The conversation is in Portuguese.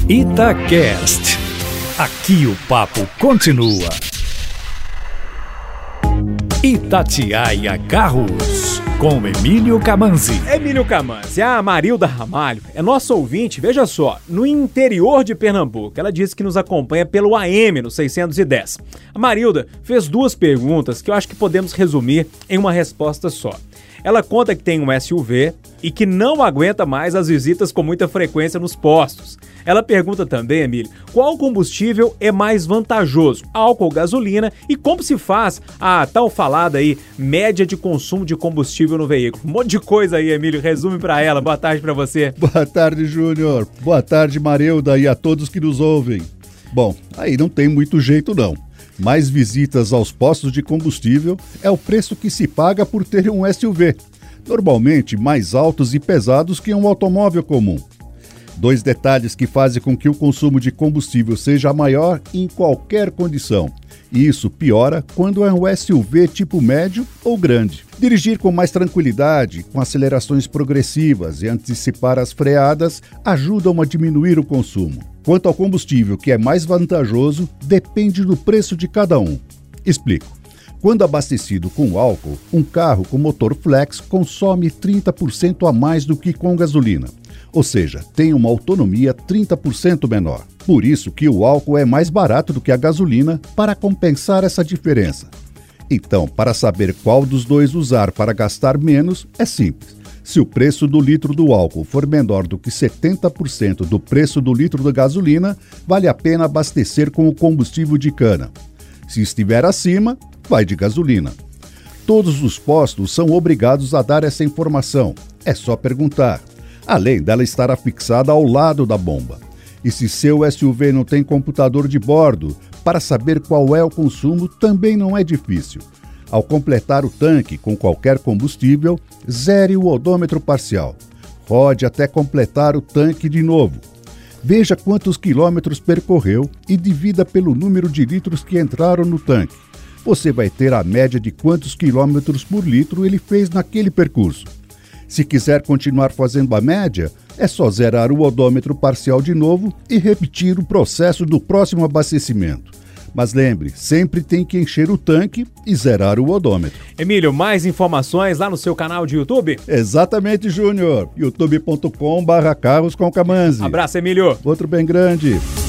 Itacast. Aqui o papo continua. Itatiaia Carros, com Emílio Camanzi. Emílio Camanzi, a Marilda Ramalho é nossa ouvinte, veja só, no interior de Pernambuco. Ela disse que nos acompanha pelo AM no 610. A Marilda fez duas perguntas que eu acho que podemos resumir em uma resposta só. Ela conta que tem um SUV e que não aguenta mais as visitas com muita frequência nos postos. Ela pergunta também, Emílio, qual combustível é mais vantajoso, álcool ou gasolina, e como se faz a tal falada aí, média de consumo de combustível no veículo. Um monte de coisa aí, Emílio, resume pra ela. Boa tarde pra você. Boa tarde, Júnior. Boa tarde, Marilda, e a todos que nos ouvem. Bom, aí não tem muito jeito não. Mais visitas aos postos de combustível é o preço que se paga por ter um SUV, normalmente mais altos e pesados que um automóvel comum. Dois detalhes que fazem com que o consumo de combustível seja maior em qualquer condição. E isso piora quando é um SUV tipo médio ou grande. Dirigir com mais tranquilidade, com acelerações progressivas e antecipar as freadas ajudam a diminuir o consumo. Quanto ao combustível, que é mais vantajoso, depende do preço de cada um. Explico. Quando abastecido com álcool, um carro com motor flex consome 30% a mais do que com gasolina. Ou seja, tem uma autonomia 30% menor. Por isso que o álcool é mais barato do que a gasolina para compensar essa diferença. Então, para saber qual dos dois usar para gastar menos, é simples. Se o preço do litro do álcool for menor do que 70% do preço do litro da gasolina, vale a pena abastecer com o combustível de cana. Se estiver acima, vai de gasolina. Todos os postos são obrigados a dar essa informação. É só perguntar. Além dela estar afixada ao lado da bomba. E se seu SUV não tem computador de bordo, para saber qual é o consumo também não é difícil. Ao completar o tanque com qualquer combustível, zere o odômetro parcial. Rode até completar o tanque de novo. Veja quantos quilômetros percorreu e divida pelo número de litros que entraram no tanque. Você vai ter a média de quantos quilômetros por litro ele fez naquele percurso. Se quiser continuar fazendo a média, é só zerar o odômetro parcial de novo e repetir o processo do próximo abastecimento. Mas lembre, sempre tem que encher o tanque e zerar o odômetro. Emílio, mais informações lá no seu canal de YouTube? Exatamente, Júnior. youtube.com/carroscomcamanzi. Abraço, Emílio. Outro bem grande.